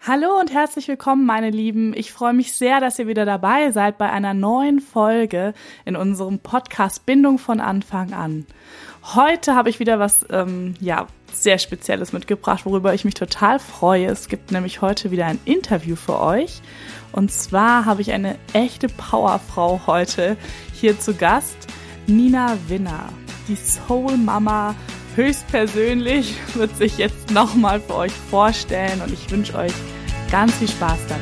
Hallo und herzlich willkommen, meine Lieben. Ich freue mich sehr, dass ihr wieder dabei seid bei einer neuen Folge in unserem Podcast Bindung von Anfang an. Heute habe ich wieder was sehr Spezielles mitgebracht, worüber ich mich total freue. Es gibt nämlich heute wieder ein Interview für euch. Und zwar habe ich eine echte Powerfrau heute hier zu Gast, Nina Winner, die Soul Mama höchstpersönlich, wird sich jetzt nochmal für euch vorstellen und ich wünsche euch ganz viel Spaß dabei.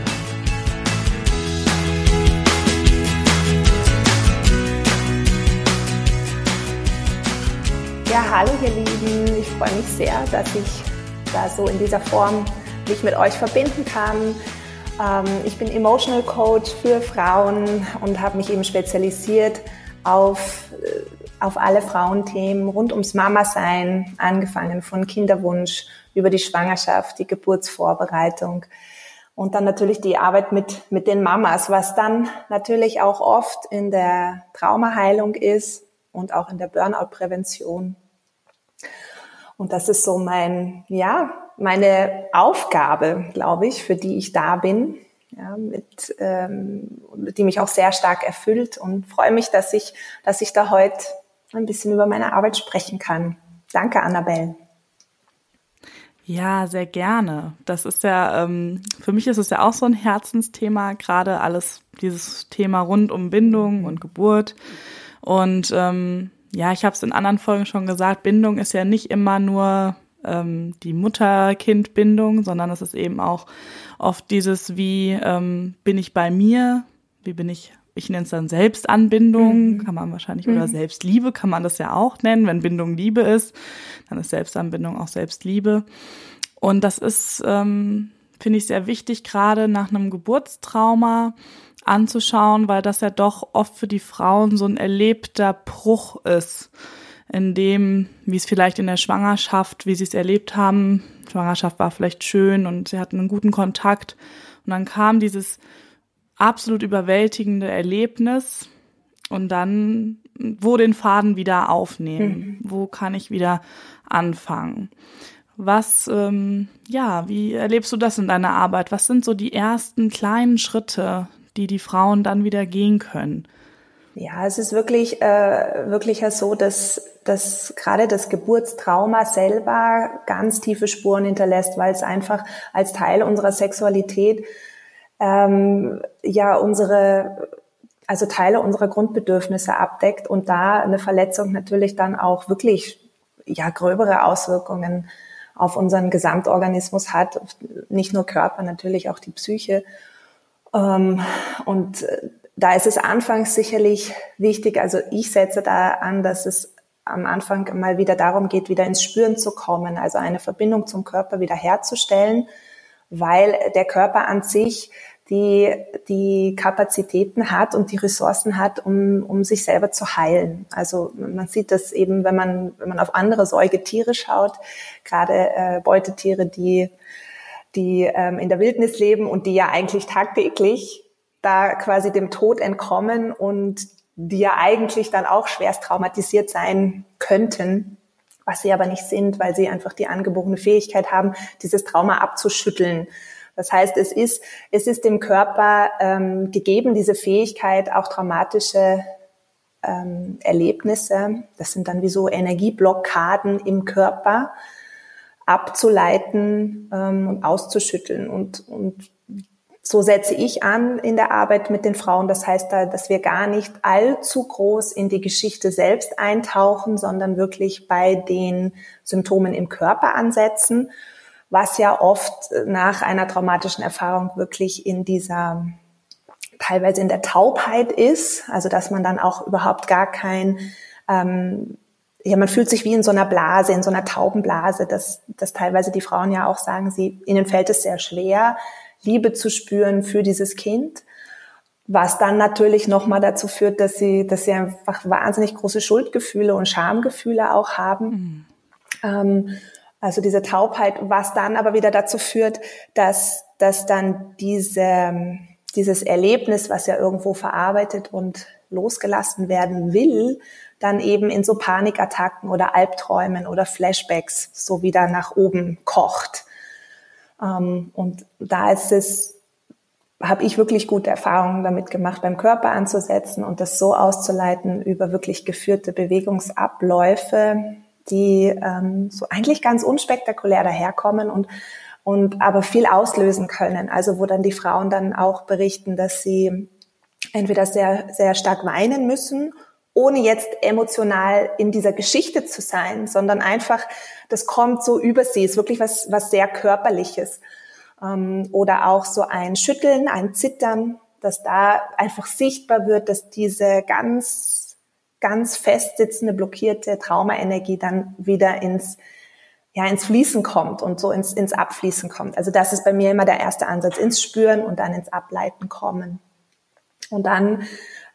Ja, hallo ihr Lieben, ich freue mich sehr, dass ich da so in dieser Form mich mit euch verbinden kann. Ich bin Emotional Coach für Frauen und habe mich eben spezialisiert auf alle Frauenthemen rund ums Mama-Sein, angefangen von Kinderwunsch über die Schwangerschaft, die Geburtsvorbereitung und dann natürlich die Arbeit mit den Mamas, was dann natürlich auch oft in der Traumaheilung ist und auch in der Burnout-Prävention. Und das ist so meine Aufgabe, glaube ich, für die ich da bin, ja, die mich auch sehr stark erfüllt und freue mich, dass ich da heute ein bisschen über meine Arbeit sprechen kann. Danke, Annabelle. Ja, sehr gerne. Das ist ja, für mich ist es ja auch so ein Herzensthema, gerade dieses Thema rund um Bindung und Geburt. Und ich habe es in anderen Folgen schon gesagt, Bindung ist ja nicht immer nur die Mutter-Kind-Bindung, sondern es ist eben auch oft dieses, wie bin ich bei mir, wie bin ich nenne es dann Selbstanbindung, kann man wahrscheinlich, oder Selbstliebe kann man das ja auch nennen. Wenn Bindung Liebe ist, dann ist Selbstanbindung auch Selbstliebe. Und das ist, finde ich, sehr wichtig, gerade nach einem Geburtstrauma anzuschauen, weil das ja doch oft für die Frauen so ein erlebter Bruch ist, in dem, wie es vielleicht in der Schwangerschaft, wie sie es erlebt haben, Schwangerschaft war vielleicht schön und sie hatten einen guten Kontakt und dann kam dieses absolut überwältigende Erlebnis und dann wo den Faden wieder aufnehmen, wo kann ich wieder anfangen? Wie erlebst du das in deiner Arbeit? Was sind so die ersten kleinen Schritte, die Frauen dann wieder gehen können? Ja, es ist wirklich ja so, dass gerade das Geburtstrauma selber ganz tiefe Spuren hinterlässt, weil es einfach als Teil unserer Sexualität Teile unserer Grundbedürfnisse abdeckt und da eine Verletzung natürlich dann auch wirklich gröbere Auswirkungen auf unseren Gesamtorganismus hat, nicht nur Körper, natürlich auch die Psyche. Und da ist es anfangs sicherlich wichtig, also ich setze da an, dass es am Anfang mal wieder darum geht, wieder ins Spüren zu kommen, also eine Verbindung zum Körper wieder herzustellen, weil der Körper an sich die Kapazitäten hat und die Ressourcen hat, um sich selber zu heilen. Also man sieht das eben, wenn man auf andere Säugetiere schaut, gerade Beutetiere, die in der Wildnis leben und die ja eigentlich tagtäglich da quasi dem Tod entkommen und die ja eigentlich dann auch schwerst traumatisiert sein könnten, was sie aber nicht sind, weil sie einfach die angeborene Fähigkeit haben, dieses Trauma abzuschütteln. Das heißt, es ist dem Körper gegeben, diese Fähigkeit, auch traumatische Erlebnisse, das sind dann wie so Energieblockaden im Körper, abzuleiten und auszuschütteln. Und so setze ich an in der Arbeit mit den Frauen. Das heißt, dass wir gar nicht allzu groß in die Geschichte selbst eintauchen, sondern wirklich bei den Symptomen im Körper ansetzen, was ja oft nach einer traumatischen Erfahrung wirklich teilweise in der Taubheit ist, also dass man dann auch überhaupt gar man fühlt sich wie in so einer Blase, in so einer Taubenblase, dass teilweise die Frauen ja auch sagen, ihnen fällt es sehr schwer, Liebe zu spüren für dieses Kind, was dann natürlich nochmal dazu führt, dass sie einfach wahnsinnig große Schuldgefühle und Schamgefühle auch haben. Also diese Taubheit, was dann aber wieder dazu führt, dass dann dieses Erlebnis, was ja irgendwo verarbeitet und losgelassen werden will, dann eben in so Panikattacken oder Albträumen oder Flashbacks so wieder nach oben kocht. Und da habe ich wirklich gute Erfahrungen damit gemacht, beim Körper anzusetzen und das so auszuleiten über wirklich geführte Bewegungsabläufe, die so eigentlich ganz unspektakulär daherkommen und aber viel auslösen können. Also wo dann die Frauen dann auch berichten, dass sie entweder sehr, sehr stark weinen müssen, ohne jetzt emotional in dieser Geschichte zu sein, sondern einfach, das kommt so über sie, ist wirklich was sehr Körperliches. Oder auch so ein Schütteln, ein Zittern, dass da einfach sichtbar wird, dass diese ganz, ganz fest sitzende, blockierte Traumaenergie dann wieder ins Fließen kommt und so ins Abfließen kommt. Also das ist bei mir immer der erste Ansatz, ins Spüren und dann ins Ableiten kommen. Und dann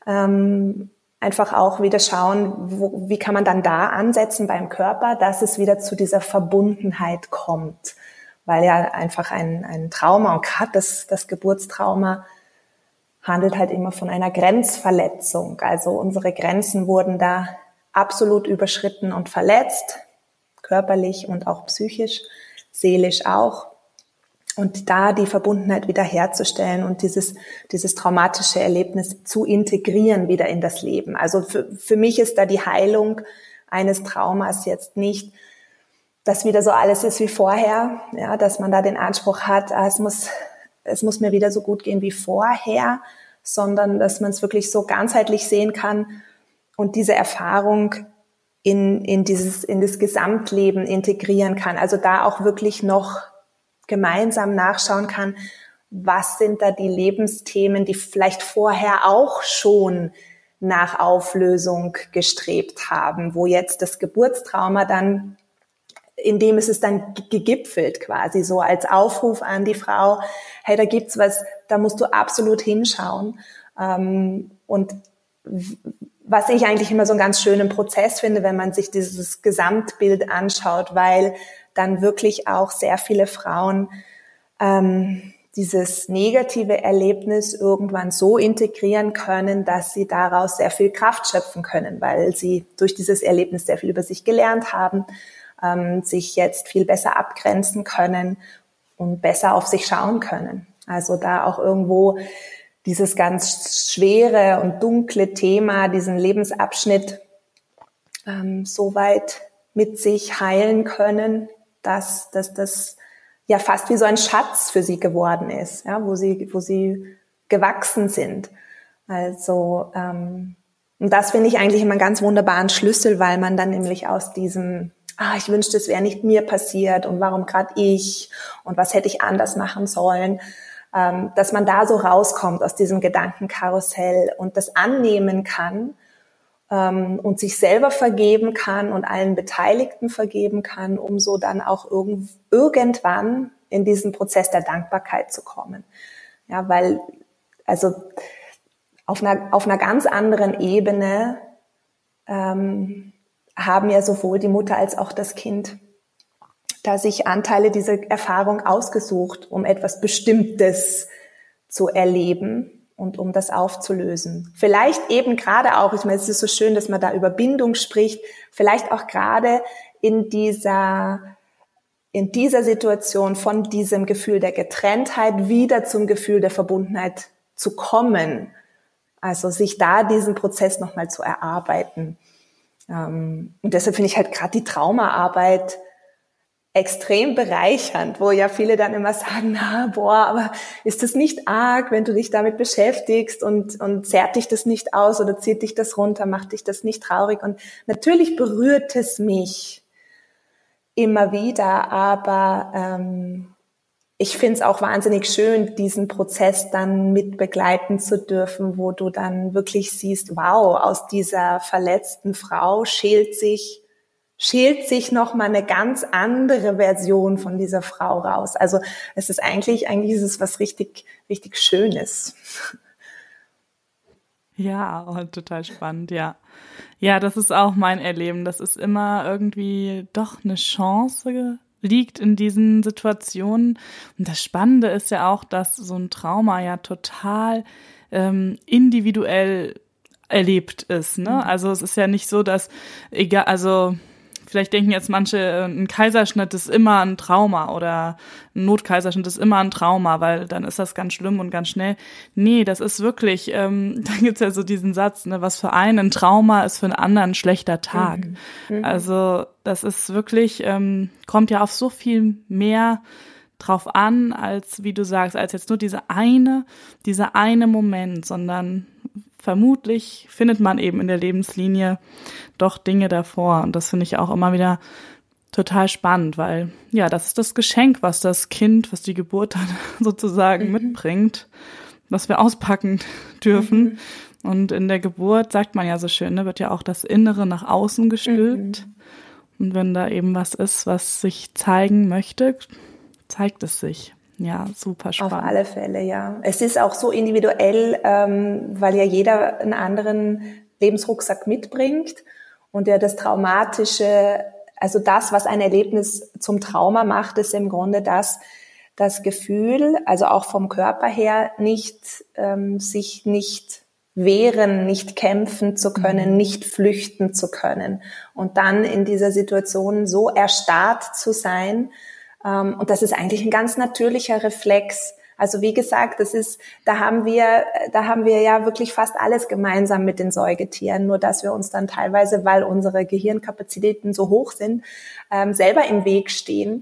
einfach auch wieder schauen, wie kann man dann da ansetzen beim Körper, dass es wieder zu dieser Verbundenheit kommt. Weil ja einfach ein Trauma, und gerade das Geburtstrauma handelt halt immer von einer Grenzverletzung. Also unsere Grenzen wurden da absolut überschritten und verletzt, körperlich und auch psychisch, seelisch auch. Und da die Verbundenheit wieder herzustellen und dieses traumatische Erlebnis zu integrieren wieder in das Leben. Also für mich ist da die Heilung eines Traumas jetzt nicht, dass wieder so alles ist wie vorher, ja, dass man da den Anspruch hat, es muss mir wieder so gut gehen wie vorher, sondern dass man es wirklich so ganzheitlich sehen kann und diese Erfahrung in das Gesamtleben integrieren kann. Also da auch wirklich noch gemeinsam nachschauen kann, was sind da die Lebensthemen, die vielleicht vorher auch schon nach Auflösung gestrebt haben, wo jetzt das Geburtstrauma dann, in dem ist es dann gegipfelt quasi, so als Aufruf an die Frau, hey, da gibt's was, da musst du absolut hinschauen. Und was ich eigentlich immer so einen ganz schönen Prozess finde, wenn man sich dieses Gesamtbild anschaut, weil dann wirklich auch sehr viele Frauen dieses negative Erlebnis irgendwann so integrieren können, dass sie daraus sehr viel Kraft schöpfen können, weil sie durch dieses Erlebnis sehr viel über sich gelernt haben, sich jetzt viel besser abgrenzen können und besser auf sich schauen können. Also da auch irgendwo dieses ganz schwere und dunkle Thema, diesen Lebensabschnitt so weit mit sich heilen können, dass das ja fast wie so ein Schatz für sie geworden ist, ja, wo sie gewachsen sind. Also und das finde ich eigentlich immer einen ganz wunderbaren Schlüssel, weil man dann nämlich aus diesem ich wünschte, es wäre nicht mir passiert und warum gerade ich und was hätte ich anders machen sollen, dass man da so rauskommt aus diesem Gedankenkarussell und das annehmen kann und sich selber vergeben kann und allen Beteiligten vergeben kann, um so dann auch irgendwann in diesen Prozess der Dankbarkeit zu kommen. Ja, weil also auf einer ganz anderen Ebene haben ja sowohl die Mutter als auch das Kind da sich Anteile dieser Erfahrung ausgesucht, um etwas Bestimmtes zu erleben und um das aufzulösen. Vielleicht eben gerade auch, ich meine, es ist so schön, dass man da über Bindung spricht, vielleicht auch gerade in dieser Situation von diesem Gefühl der Getrenntheit wieder zum Gefühl der Verbundenheit zu kommen. Also sich da diesen Prozess nochmal zu erarbeiten. Und deshalb finde ich halt gerade die Traumaarbeit extrem bereichernd, wo ja viele dann immer sagen, aber ist das nicht arg, wenn du dich damit beschäftigst und zerrt dich das nicht aus oder zieht dich das runter, macht dich das nicht traurig? Und natürlich berührt es mich immer wieder, aber ich finde es auch wahnsinnig schön, diesen Prozess dann mit begleiten zu dürfen, wo du dann wirklich siehst, wow, aus dieser verletzten Frau schält sich noch mal eine ganz andere Version von dieser Frau raus. Also es ist eigentlich ist es was richtig, richtig Schönes. Ja, total spannend, ja. Ja, das ist auch mein Erleben. Das ist immer irgendwie doch eine Chance liegt in diesen Situationen. Und das Spannende ist ja auch, dass so ein Trauma ja total individuell erlebt ist, ne? Also es ist ja nicht so, dass vielleicht denken jetzt manche, ein Kaiserschnitt ist immer ein Trauma oder ein Notkaiserschnitt ist immer ein Trauma, weil dann ist das ganz schlimm und ganz schnell. Nee, das ist wirklich, da gibt's ja so diesen Satz, ne, was für einen ein Trauma ist, für einen anderen ein schlechter Tag. Also das ist wirklich, kommt ja auf so viel mehr drauf an, als, wie du sagst, als jetzt nur dieser eine Moment, sondern vermutlich findet man eben in der Lebenslinie doch Dinge davor. Und das finde ich auch immer wieder total spannend, weil ja, das ist das Geschenk, was das Kind, was die Geburt dann sozusagen mitbringt, was wir auspacken dürfen. Und in der Geburt, sagt man ja so schön, ne, wird ja auch das Innere nach außen gestülpt. Und wenn da eben was ist, was sich zeigen möchte, zeigt es sich. Ja, super spannend. Auf alle Fälle, ja. Es ist auch so individuell, weil ja jeder einen anderen Lebensrucksack mitbringt und ja das Traumatische, also das, was ein Erlebnis zum Trauma macht, ist im Grunde das Gefühl, also auch vom Körper her, sich nicht wehren, nicht kämpfen zu können, nicht flüchten zu können und dann in dieser Situation so erstarrt zu sein. Und das ist eigentlich ein ganz natürlicher Reflex. Also wie gesagt, da haben wir ja wirklich fast alles gemeinsam mit den Säugetieren, nur dass wir uns dann teilweise, weil unsere Gehirnkapazitäten so hoch sind, selber im Weg stehen.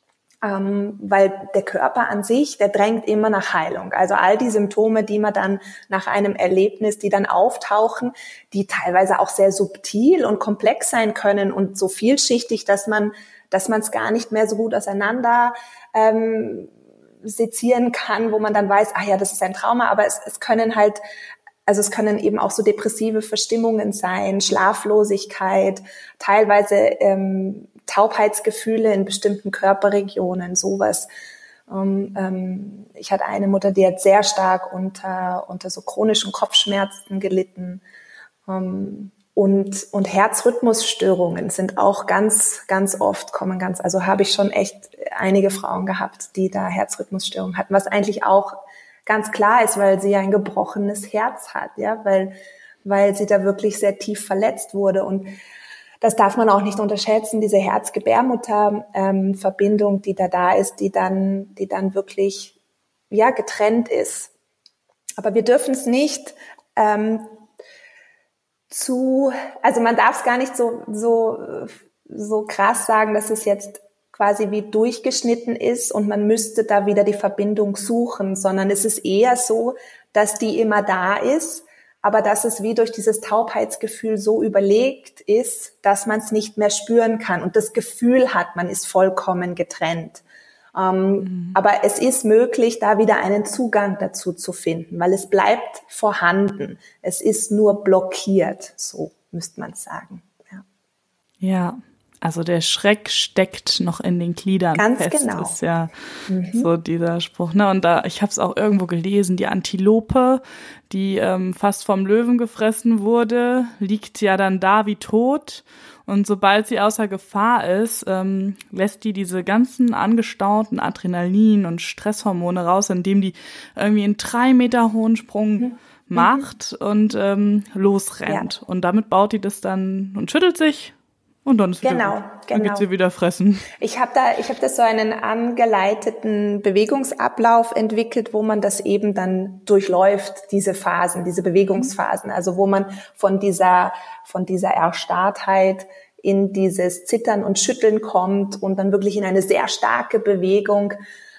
Weil der Körper an sich, der drängt immer nach Heilung. Also all die Symptome, die man dann nach einem Erlebnis, die dann auftauchen, die teilweise auch sehr subtil und komplex sein können und so vielschichtig, dass man es gar nicht mehr so gut auseinander sezieren kann, wo man dann weiß, ach ja, das ist ein Trauma, aber es können eben auch so depressive Verstimmungen sein, Schlaflosigkeit, teilweise Taubheitsgefühle in bestimmten Körperregionen, sowas. Ich hatte eine Mutter, die hat sehr stark unter so chronischen Kopfschmerzen gelitten. Und Herzrhythmusstörungen sind auch ganz, ganz oft also habe ich schon echt einige Frauen gehabt, die da Herzrhythmusstörungen hatten, was eigentlich auch ganz klar ist, weil sie ja ein gebrochenes Herz hat, ja, weil sie da wirklich sehr tief verletzt wurde. Und das darf man auch nicht unterschätzen, diese Herz-Gebärmutter-Verbindung, die da ist, die dann wirklich, ja, getrennt ist. Aber wir dürfen es nicht, also man darf es gar nicht so krass sagen, dass es jetzt quasi wie durchgeschnitten ist und man müsste da wieder die Verbindung suchen, sondern es ist eher so, dass die immer da ist, aber dass es wie durch dieses Taubheitsgefühl so überlegt ist, dass man es nicht mehr spüren kann und das Gefühl hat, man ist vollkommen getrennt. Aber es ist möglich, da wieder einen Zugang dazu zu finden, weil es bleibt vorhanden. Es ist nur blockiert, so müsste man es sagen. Ja, also der Schreck steckt noch in den Gliedern ganz fest, genau. Ist ja so dieser Spruch. Ne? Und ich habe es auch irgendwo gelesen, die Antilope, die fast vom Löwen gefressen wurde, liegt ja dann da wie tot. Und sobald sie außer Gefahr ist, lässt die diese ganzen angestauten Adrenalin- und Stresshormone raus, indem die irgendwie einen 3 Meter hohen Sprung macht und losrennt. Ja. Und damit baut die das dann und schüttelt sich und dann ist wieder gut. Dann geht sie wieder fressen. Ich hab da so einen angeleiteten Bewegungsablauf entwickelt, wo man das eben dann durchläuft, diese Phasen, diese Bewegungsphasen. Also wo man von dieser Erstarrtheit in dieses Zittern und Schütteln kommt und dann wirklich in eine sehr starke Bewegung,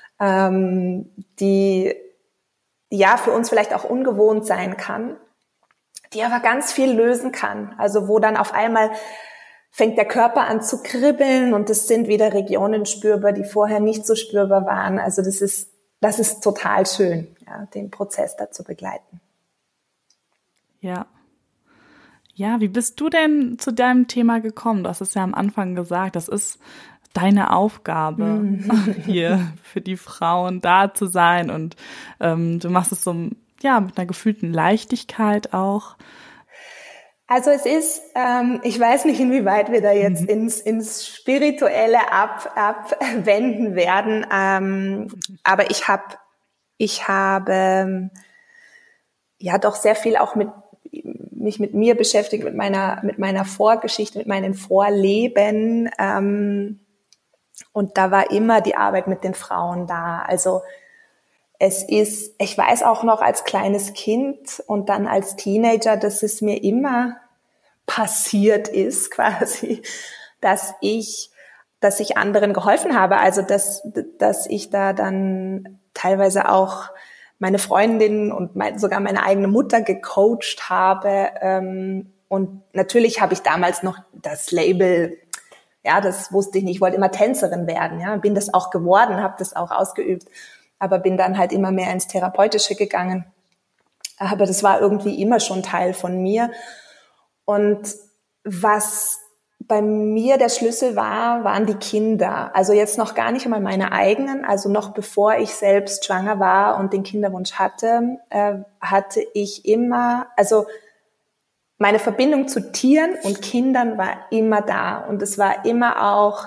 die ja für uns vielleicht auch ungewohnt sein kann, die aber ganz viel lösen kann. Also wo dann auf einmal fängt der Körper an zu kribbeln und es sind wieder Regionen spürbar, die vorher nicht so spürbar waren. Also das ist total schön, ja, den Prozess da zu begleiten. Ja. Ja, wie bist du denn zu deinem Thema gekommen? Du hast es ja am Anfang gesagt, das ist deine Aufgabe, hier für die Frauen da zu sein und du machst es so, ja, mit einer gefühlten Leichtigkeit auch. Also es ist, ich weiß nicht, inwieweit wir da jetzt ins Spirituelle abwenden werden, aber ich habe ja doch sehr viel auch mit mich mit mir beschäftigt, mit meiner Vorgeschichte, mit meinen Vorleben. Und da war immer die Arbeit mit den Frauen da. Also ich weiß auch noch als kleines Kind und dann als Teenager, dass es mir immer passiert ist, quasi, dass ich anderen geholfen habe. Also, dass ich da dann teilweise auch meine Freundin und sogar meine eigene Mutter gecoacht habe. Und natürlich habe ich damals noch das Label, ja, das wusste ich nicht. Ich wollte immer Tänzerin werden, ja, bin das auch geworden, habe das auch ausgeübt, aber bin dann halt immer mehr ins Therapeutische gegangen. Aber das war irgendwie immer schon Teil von mir. Und was bei mir der Schlüssel war, waren die Kinder. Also jetzt noch gar nicht einmal meine eigenen. Also noch bevor ich selbst schwanger war und den Kinderwunsch hatte, hatte ich immer, also meine Verbindung zu Tieren und Kindern war immer da. Und es war immer auch,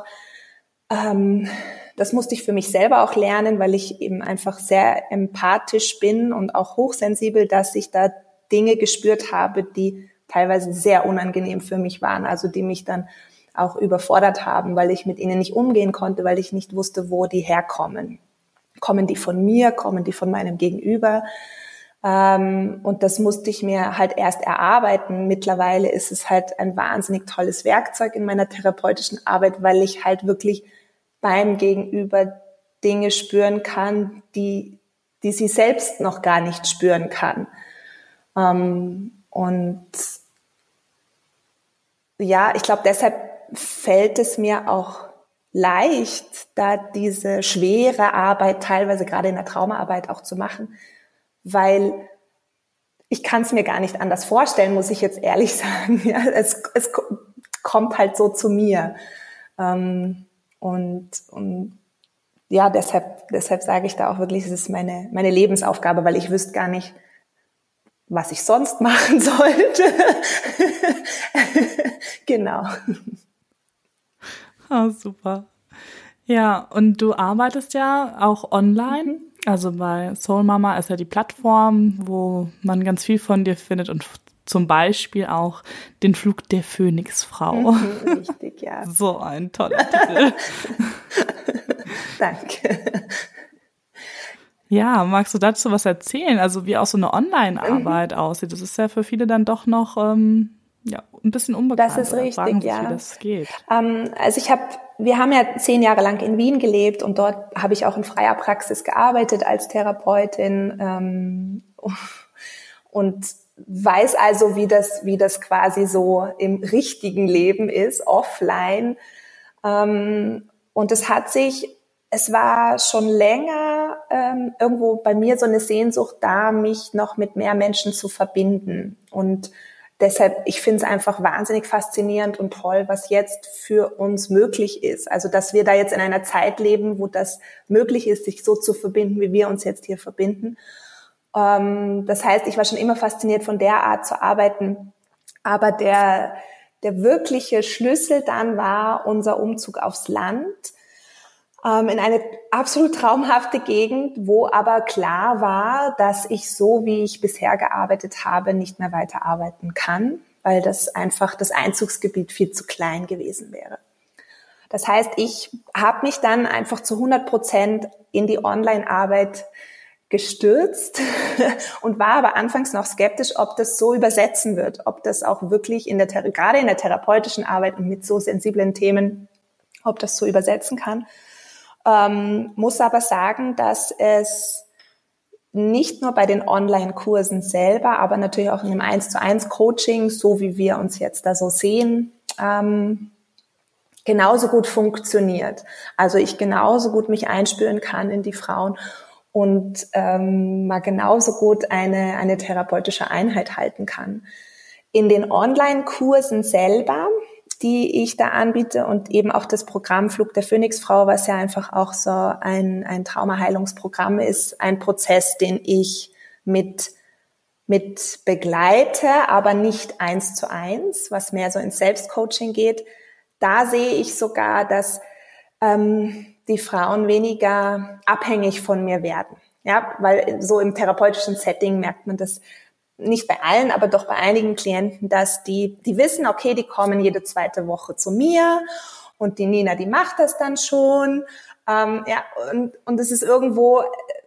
das musste ich für mich selber auch lernen, weil ich eben einfach sehr empathisch bin und auch hochsensibel, dass ich da Dinge gespürt habe, die teilweise sehr unangenehm für mich waren, also die mich dann auch überfordert haben, weil ich mit ihnen nicht umgehen konnte, weil ich nicht wusste, wo die herkommen. Kommen die von mir, kommen die von meinem Gegenüber? Und das musste ich mir halt erst erarbeiten. Mittlerweile ist es halt ein wahnsinnig tolles Werkzeug in meiner therapeutischen Arbeit, weil ich halt wirklich beim Gegenüber Dinge spüren kann, die sie selbst noch gar nicht spüren kann. Und ja, ich glaube, deshalb fällt es mir auch leicht, da diese schwere Arbeit teilweise gerade in der Traumaarbeit auch zu machen, weil ich kann es mir gar nicht anders vorstellen, muss ich jetzt ehrlich sagen. Ja, es kommt halt so zu mir. Und ja, deshalb sage ich da auch wirklich, es ist meine Lebensaufgabe, weil ich wüsste gar nicht, was ich sonst machen sollte. Genau. Ah, super. Ja, und du arbeitest ja auch online. Also bei Soul Mama ist ja die Plattform, wo man ganz viel von dir findet und zum Beispiel auch den Flug der Phönixfrau. Richtig, ja. So ein toller Titel. Danke. Ja, magst du dazu was erzählen? Also wie auch so eine Online-Arbeit aussieht. Das ist ja für viele dann doch noch ein bisschen unbekannt. Das ist richtig, fragen sich, ja. Wie das geht. Also wir haben ja 10 Jahre lang in Wien gelebt und dort habe ich auch in freier Praxis gearbeitet als Therapeutin und weiß also, wie das quasi so im richtigen Leben ist, offline. Und es war schon länger irgendwo bei mir so eine Sehnsucht da, mich noch mit mehr Menschen zu verbinden. Und deshalb, ich finde es einfach wahnsinnig faszinierend und toll, was jetzt für uns möglich ist. Also, dass wir da jetzt in einer Zeit leben, wo das möglich ist, sich so zu verbinden, wie wir uns jetzt hier verbinden. Das heißt, ich war schon immer fasziniert von der Art zu arbeiten. Aber der wirkliche Schlüssel dann war unser Umzug aufs Land, in eine absolut traumhafte Gegend, wo aber klar war, dass ich so, wie ich bisher gearbeitet habe, nicht mehr weiterarbeiten kann, weil das einfach das Einzugsgebiet viel zu klein gewesen wäre. Das heißt, ich habe mich dann einfach zu 100% in die Online-Arbeit gestürzt und war aber anfangs noch skeptisch, ob das so übersetzen wird, ob das auch wirklich gerade in der therapeutischen Arbeit und mit so sensiblen Themen, ob das so übersetzen kann. Muss aber sagen, dass es nicht nur bei den Online-Kursen selber, aber natürlich auch in dem 1:1 Coaching, so wie wir uns jetzt da so sehen, genauso gut funktioniert. Also ich genauso gut mich einspüren kann in die Frauen und mal genauso gut eine therapeutische Einheit halten kann. In den Online-Kursen selber, die ich da anbiete und eben auch das Programm Flug der Phönixfrau, was ja einfach auch so ein Traumaheilungsprogramm ist, ein Prozess, den ich mit begleite, aber nicht 1:1, was mehr so ins Selbstcoaching geht. Da sehe ich sogar, dass die Frauen weniger abhängig von mir werden. Ja, weil so im therapeutischen Setting merkt man das nicht bei allen, aber doch bei einigen Klienten, dass die wissen, okay, die kommen jede zweite Woche zu mir und die Nina, die macht das dann schon. Und es ist irgendwo,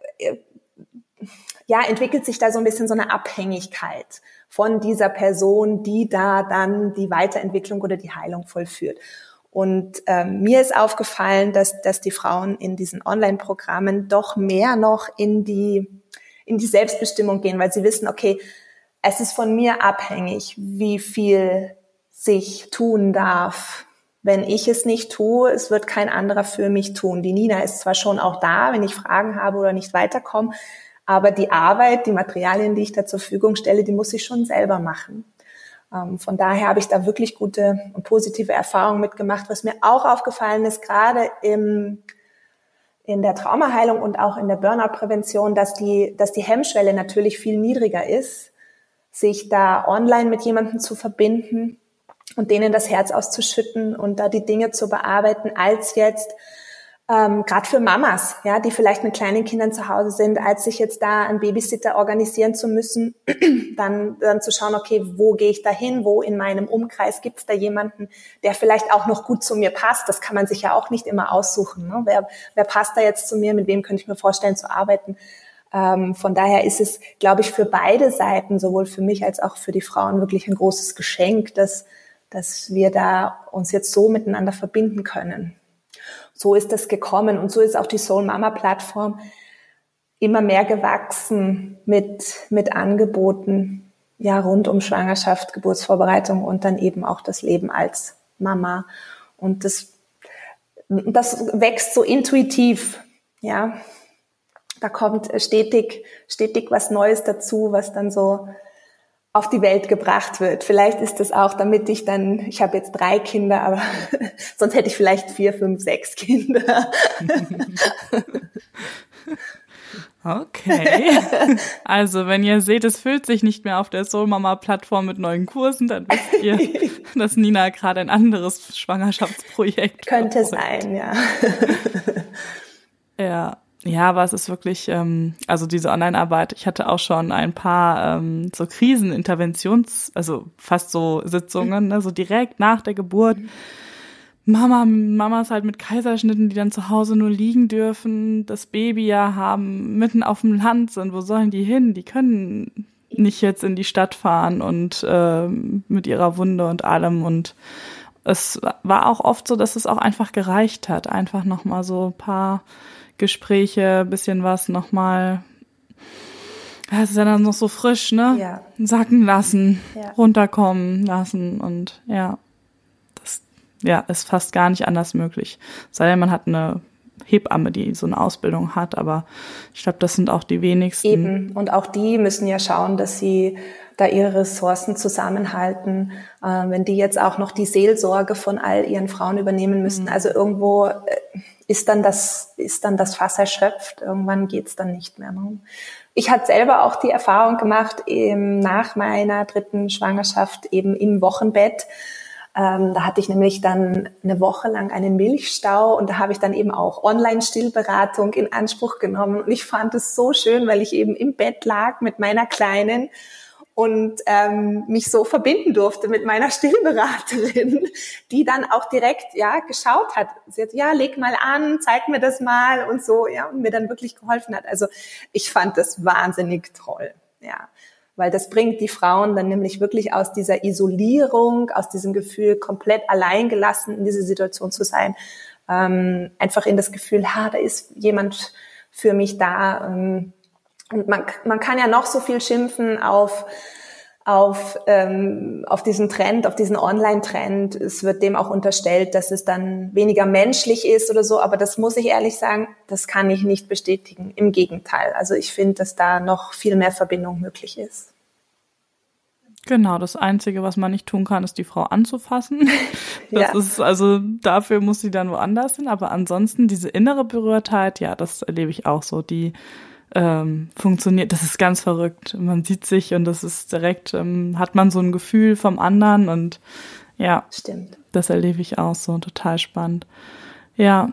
entwickelt sich da so ein bisschen so eine Abhängigkeit von dieser Person, die da dann die Weiterentwicklung oder die Heilung vollführt. Und mir ist aufgefallen, dass die Frauen in diesen Online-Programmen doch mehr noch in die Selbstbestimmung gehen, weil sie wissen, okay, es ist von mir abhängig, wie viel sich tun darf. Wenn ich es nicht tue, es wird kein anderer für mich tun. Die Nina ist zwar schon auch da, wenn ich Fragen habe oder nicht weiterkomme, aber die Arbeit, die Materialien, die ich da zur Verfügung stelle, die muss ich schon selber machen. Von daher habe ich da wirklich gute und positive Erfahrungen mitgemacht. Was mir auch aufgefallen ist, gerade in der Traumaheilung und auch in der Burnout-Prävention, dass die Hemmschwelle natürlich viel niedriger ist, sich da online mit jemandem zu verbinden und denen das Herz auszuschütten und da die Dinge zu bearbeiten, als jetzt gerade für Mamas, ja, die vielleicht mit kleinen Kindern zu Hause sind, als sich jetzt da einen Babysitter organisieren zu müssen, dann zu schauen, okay, wo gehe ich da hin, wo in meinem Umkreis gibt es da jemanden, der vielleicht auch noch gut zu mir passt. Das kann man sich ja auch nicht immer aussuchen. Ne? Wer passt da jetzt zu mir, mit wem könnte ich mir vorstellen zu arbeiten? Von daher ist es, glaube ich, für beide Seiten, sowohl für mich als auch für die Frauen, wirklich ein großes Geschenk, dass wir da uns jetzt so miteinander verbinden können. So ist das gekommen und so ist auch die Soul Mama Plattform immer mehr gewachsen mit Angeboten, ja, rund um Schwangerschaft, Geburtsvorbereitung und dann eben auch das Leben als Mama. Und das wächst so intuitiv, ja. Da kommt stetig was Neues dazu, was dann so auf die Welt gebracht wird. Vielleicht ist das auch, ich habe jetzt 3 Kinder, aber sonst hätte ich vielleicht 4, 5, 6 Kinder. Okay. Also, wenn ihr seht, es füllt sich nicht mehr auf der Soul Mama Plattform mit neuen Kursen, dann wisst ihr, dass Nina gerade ein anderes Schwangerschaftsprojekt könnte sein, ja. Ja, aber es ist wirklich, also diese Online-Arbeit, ich hatte auch schon ein paar so also fast so Sitzungen, ne, so direkt nach der Geburt. Mamas halt mit Kaiserschnitten, die dann zu Hause nur liegen dürfen, das Baby ja haben, mitten auf dem Land sind, wo sollen die hin? Die können nicht jetzt in die Stadt fahren und mit ihrer Wunde und allem. Und es war auch oft so, dass es auch einfach gereicht hat, einfach nochmal so ein paar Gespräche, bisschen was nochmal, ja, es ist ja dann noch so frisch, ne? Ja. Sacken lassen, runterkommen lassen und das ist fast gar nicht anders möglich. Sei denn, man hat eine Hebamme, die so eine Ausbildung hat, aber ich glaube, das sind auch die wenigsten. Eben, und auch die müssen ja schauen, dass sie da ihre Ressourcen zusammenhalten, wenn die jetzt auch noch die Seelsorge von all ihren Frauen übernehmen müssen. Also irgendwo ist dann das Fass erschöpft, irgendwann geht's dann nicht mehr. Ne? Ich hatte selber auch die Erfahrung gemacht, nach meiner 3. Schwangerschaft eben im Wochenbett. Da hatte ich nämlich dann eine Woche lang einen Milchstau und da habe ich dann eben auch Online-Stillberatung in Anspruch genommen. Und ich fand es so schön, weil ich eben im Bett lag mit meiner Kleinen und mich so verbinden durfte mit meiner Stillberaterin, die dann auch direkt geschaut hat. Sie hat, leg mal an, zeig mir das mal und so, und mir dann wirklich geholfen hat. Also ich fand das wahnsinnig toll, weil das bringt die Frauen dann nämlich wirklich aus dieser Isolierung, aus diesem Gefühl, komplett alleingelassen in dieser Situation zu sein, einfach in das Gefühl, da ist jemand für mich da. Und man kann ja noch so viel schimpfen auf diesen Trend, auf diesen Online-Trend. Es wird dem auch unterstellt, dass es dann weniger menschlich ist oder so. Aber das muss ich ehrlich sagen, das kann ich nicht bestätigen. Im Gegenteil. Also ich finde, dass da noch viel mehr Verbindung möglich ist. Genau, das Einzige, was man nicht tun kann, ist die Frau anzufassen. Das ist, also dafür muss sie dann woanders hin. Aber ansonsten diese innere Berührtheit, das erlebe ich auch so. Die funktioniert, das ist ganz verrückt. Man sieht sich und das ist direkt, hat man so ein Gefühl vom anderen und stimmt. Das erlebe ich auch so, total spannend. Ja,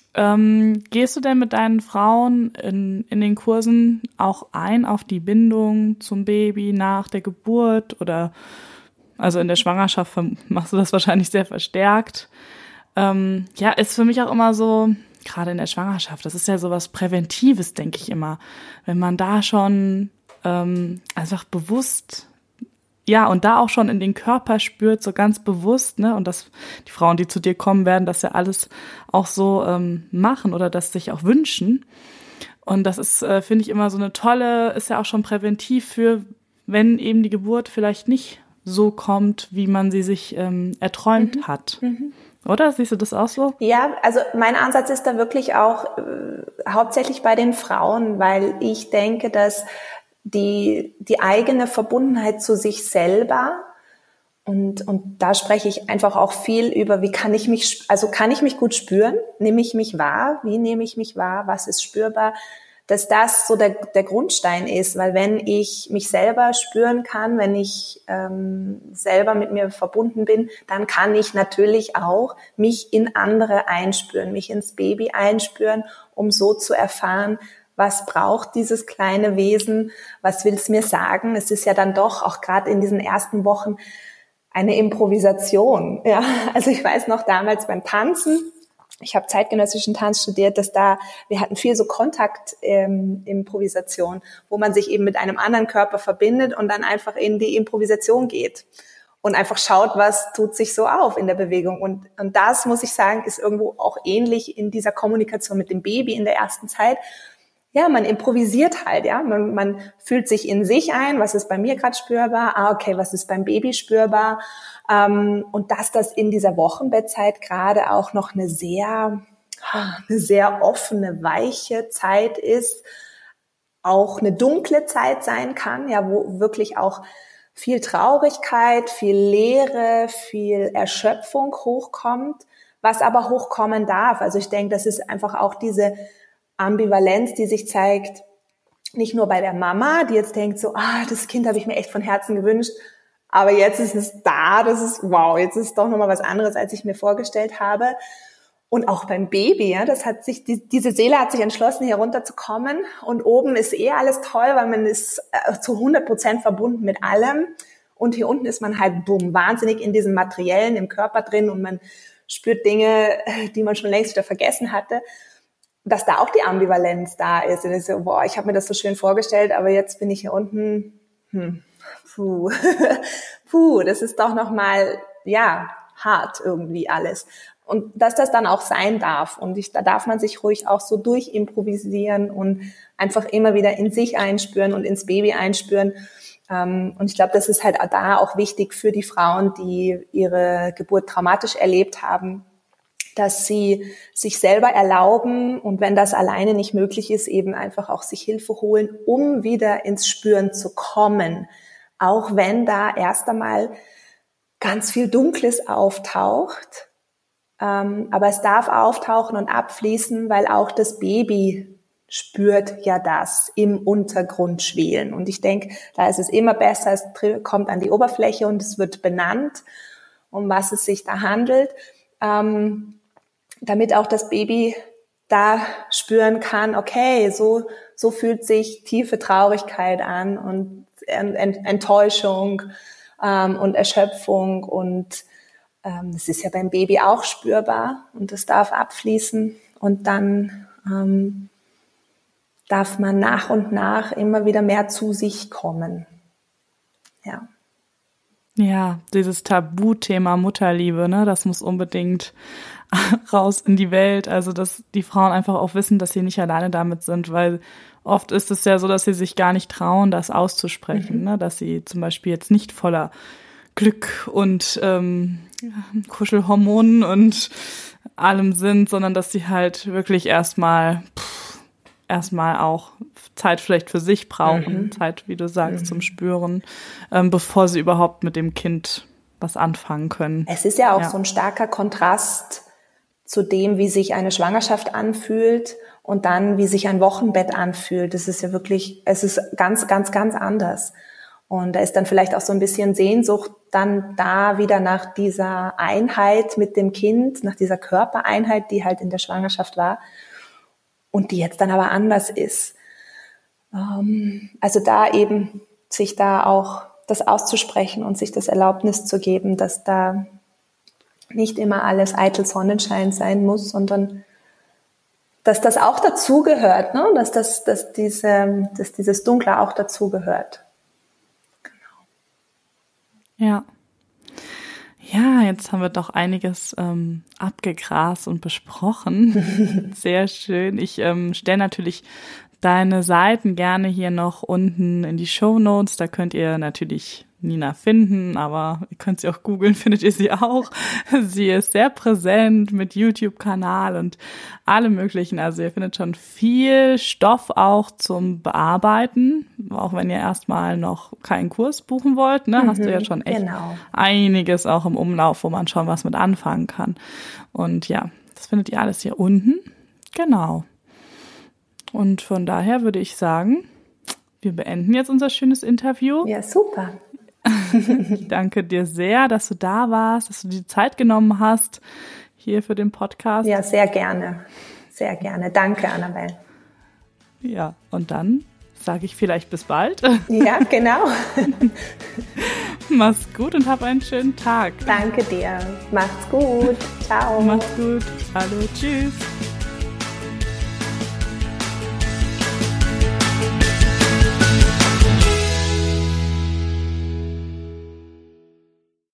Gehst du denn mit deinen Frauen in den Kursen auch ein auf die Bindung zum Baby nach der Geburt oder also in der Schwangerschaft machst du das wahrscheinlich sehr verstärkt? Ja, ist für mich auch immer so, gerade in der Schwangerschaft, das ist ja sowas Präventives, denke ich immer. Wenn man da schon einfach bewusst, ja, und da auch schon in den Körper spürt, so ganz bewusst, ne, und dass die Frauen, die zu dir kommen, werden das ja alles auch so machen oder das sich auch wünschen. Und das ist, finde ich, immer so eine tolle, ist ja auch schon präventiv für, wenn eben die Geburt vielleicht nicht so kommt, wie man sie sich erträumt hat. Oder? Siehst du das auch so? Ja, also mein Ansatz ist da wirklich auch hauptsächlich bei den Frauen, weil ich denke, dass die eigene Verbundenheit zu sich selber und da spreche ich einfach auch viel über, kann ich mich gut spüren? Nehme ich mich wahr? Wie nehme ich mich wahr? Was ist spürbar? Dass das so der Grundstein ist, weil wenn ich mich selber spüren kann, wenn ich selber mit mir verbunden bin, dann kann ich natürlich auch mich in andere einspüren, mich ins Baby einspüren, um so zu erfahren, was braucht dieses kleine Wesen, was will es mir sagen. Es ist ja dann doch auch gerade in diesen ersten Wochen eine Improvisation. Ja, also ich weiß noch damals beim Tanzen, ich habe zeitgenössischen Tanz studiert, wir hatten viel so Kontakt-Improvisation, wo man sich eben mit einem anderen Körper verbindet und dann einfach in die Improvisation geht und einfach schaut, was tut sich so auf in der Bewegung. Und das, muss ich sagen, ist irgendwo auch ähnlich in dieser Kommunikation mit dem Baby in der ersten Zeit. Ja, man improvisiert halt, ja. Man fühlt sich in sich ein, was ist bei mir gerade spürbar? Okay, was ist beim Baby spürbar? Und dass das in dieser Wochenbettzeit gerade auch noch eine sehr offene, weiche Zeit ist, auch eine dunkle Zeit sein kann, ja, wo wirklich auch viel Traurigkeit, viel Leere, viel Erschöpfung hochkommt, was aber hochkommen darf. Also ich denke, das ist einfach auch diese Ambivalenz, die sich zeigt, nicht nur bei der Mama, die jetzt denkt so, das Kind habe ich mir echt von Herzen gewünscht, aber jetzt ist es da, das ist wow, jetzt ist es doch nochmal was anderes, als ich mir vorgestellt habe. Und auch beim Baby, ja, diese Seele hat sich entschlossen, hier runterzukommen und oben ist alles toll, weil man ist zu 100% verbunden mit allem und hier unten ist man halt wahnsinnig in diesem Materiellen im Körper drin und man spürt Dinge, die man schon längst wieder vergessen hatte. Dass da auch die Ambivalenz da ist. Und ich so, ich habe mir das so schön vorgestellt, aber jetzt bin ich hier unten, das ist doch nochmal, ja, hart irgendwie alles. Und dass das dann auch sein darf. Und da darf man sich ruhig auch so durchimprovisieren und einfach immer wieder in sich einspüren und ins Baby einspüren. Und ich glaube, das ist halt da auch wichtig für die Frauen, die ihre Geburt traumatisch erlebt haben, dass sie sich selber erlauben und wenn das alleine nicht möglich ist, eben einfach auch sich Hilfe holen, um wieder ins Spüren zu kommen. Auch wenn da erst einmal ganz viel Dunkles auftaucht. Aber es darf auftauchen und abfließen, weil auch das Baby spürt ja das im Untergrund schwelen. Und ich denke, da ist es immer besser, es kommt an die Oberfläche und es wird benannt, um was es sich da handelt. Damit auch das Baby da spüren kann, okay, so fühlt sich tiefe Traurigkeit an und Enttäuschung und Erschöpfung und das ist ja beim Baby auch spürbar und das darf abfließen und dann darf man nach und nach immer wieder mehr zu sich kommen. Ja. Ja, dieses Tabuthema Mutterliebe, ne, das muss unbedingt raus in die Welt, also dass die Frauen einfach auch wissen, dass sie nicht alleine damit sind, weil oft ist es ja so, dass sie sich gar nicht trauen, das auszusprechen, ne, dass sie zum Beispiel jetzt nicht voller Glück und Kuschelhormonen und allem sind, sondern dass sie halt wirklich erstmal auch Zeit vielleicht für sich brauchen, Zeit, wie du sagst, zum Spüren, bevor sie überhaupt mit dem Kind was anfangen können. Es ist ja auch so ein starker Kontrast zu dem, wie sich eine Schwangerschaft anfühlt und dann, wie sich ein Wochenbett anfühlt. Das ist ja wirklich, es ist ganz, ganz, ganz anders. Und da ist dann vielleicht auch so ein bisschen Sehnsucht dann da wieder nach dieser Einheit mit dem Kind, nach dieser Körpereinheit, die halt in der Schwangerschaft war und die jetzt dann aber anders ist. Also da eben sich da auch das auszusprechen und sich das Erlaubnis zu geben, dass da nicht immer alles eitel Sonnenschein sein muss, sondern dass das auch dazugehört, ne? dass dieses Dunkle auch dazugehört. Ja. Ja, jetzt haben wir doch einiges abgegrast und besprochen. Sehr schön. Ich stelle natürlich deine Seiten gerne hier noch unten in die Shownotes. Da könnt ihr natürlich Nina finden, aber ihr könnt sie auch googeln, findet ihr sie auch. Sie ist sehr präsent mit YouTube-Kanal und allem Möglichen. Also ihr findet schon viel Stoff auch zum Bearbeiten, auch wenn ihr erstmal noch keinen Kurs buchen wollt, ne? Hast du ja schon echt einiges auch im Umlauf, wo man schon was mit anfangen kann. Und ja, das findet ihr alles hier unten. Genau. Und von daher würde ich sagen, wir beenden jetzt unser schönes Interview. Ja, super. Ich danke dir sehr, dass du da warst, dass du die Zeit genommen hast hier für den Podcast. Ja, sehr gerne. Sehr gerne. Danke, Annabelle. Ja, und dann sage ich vielleicht bis bald. Ja, genau. Mach's gut und hab einen schönen Tag. Danke dir. Macht's gut. Ciao. Mach's gut. Hallo, tschüss.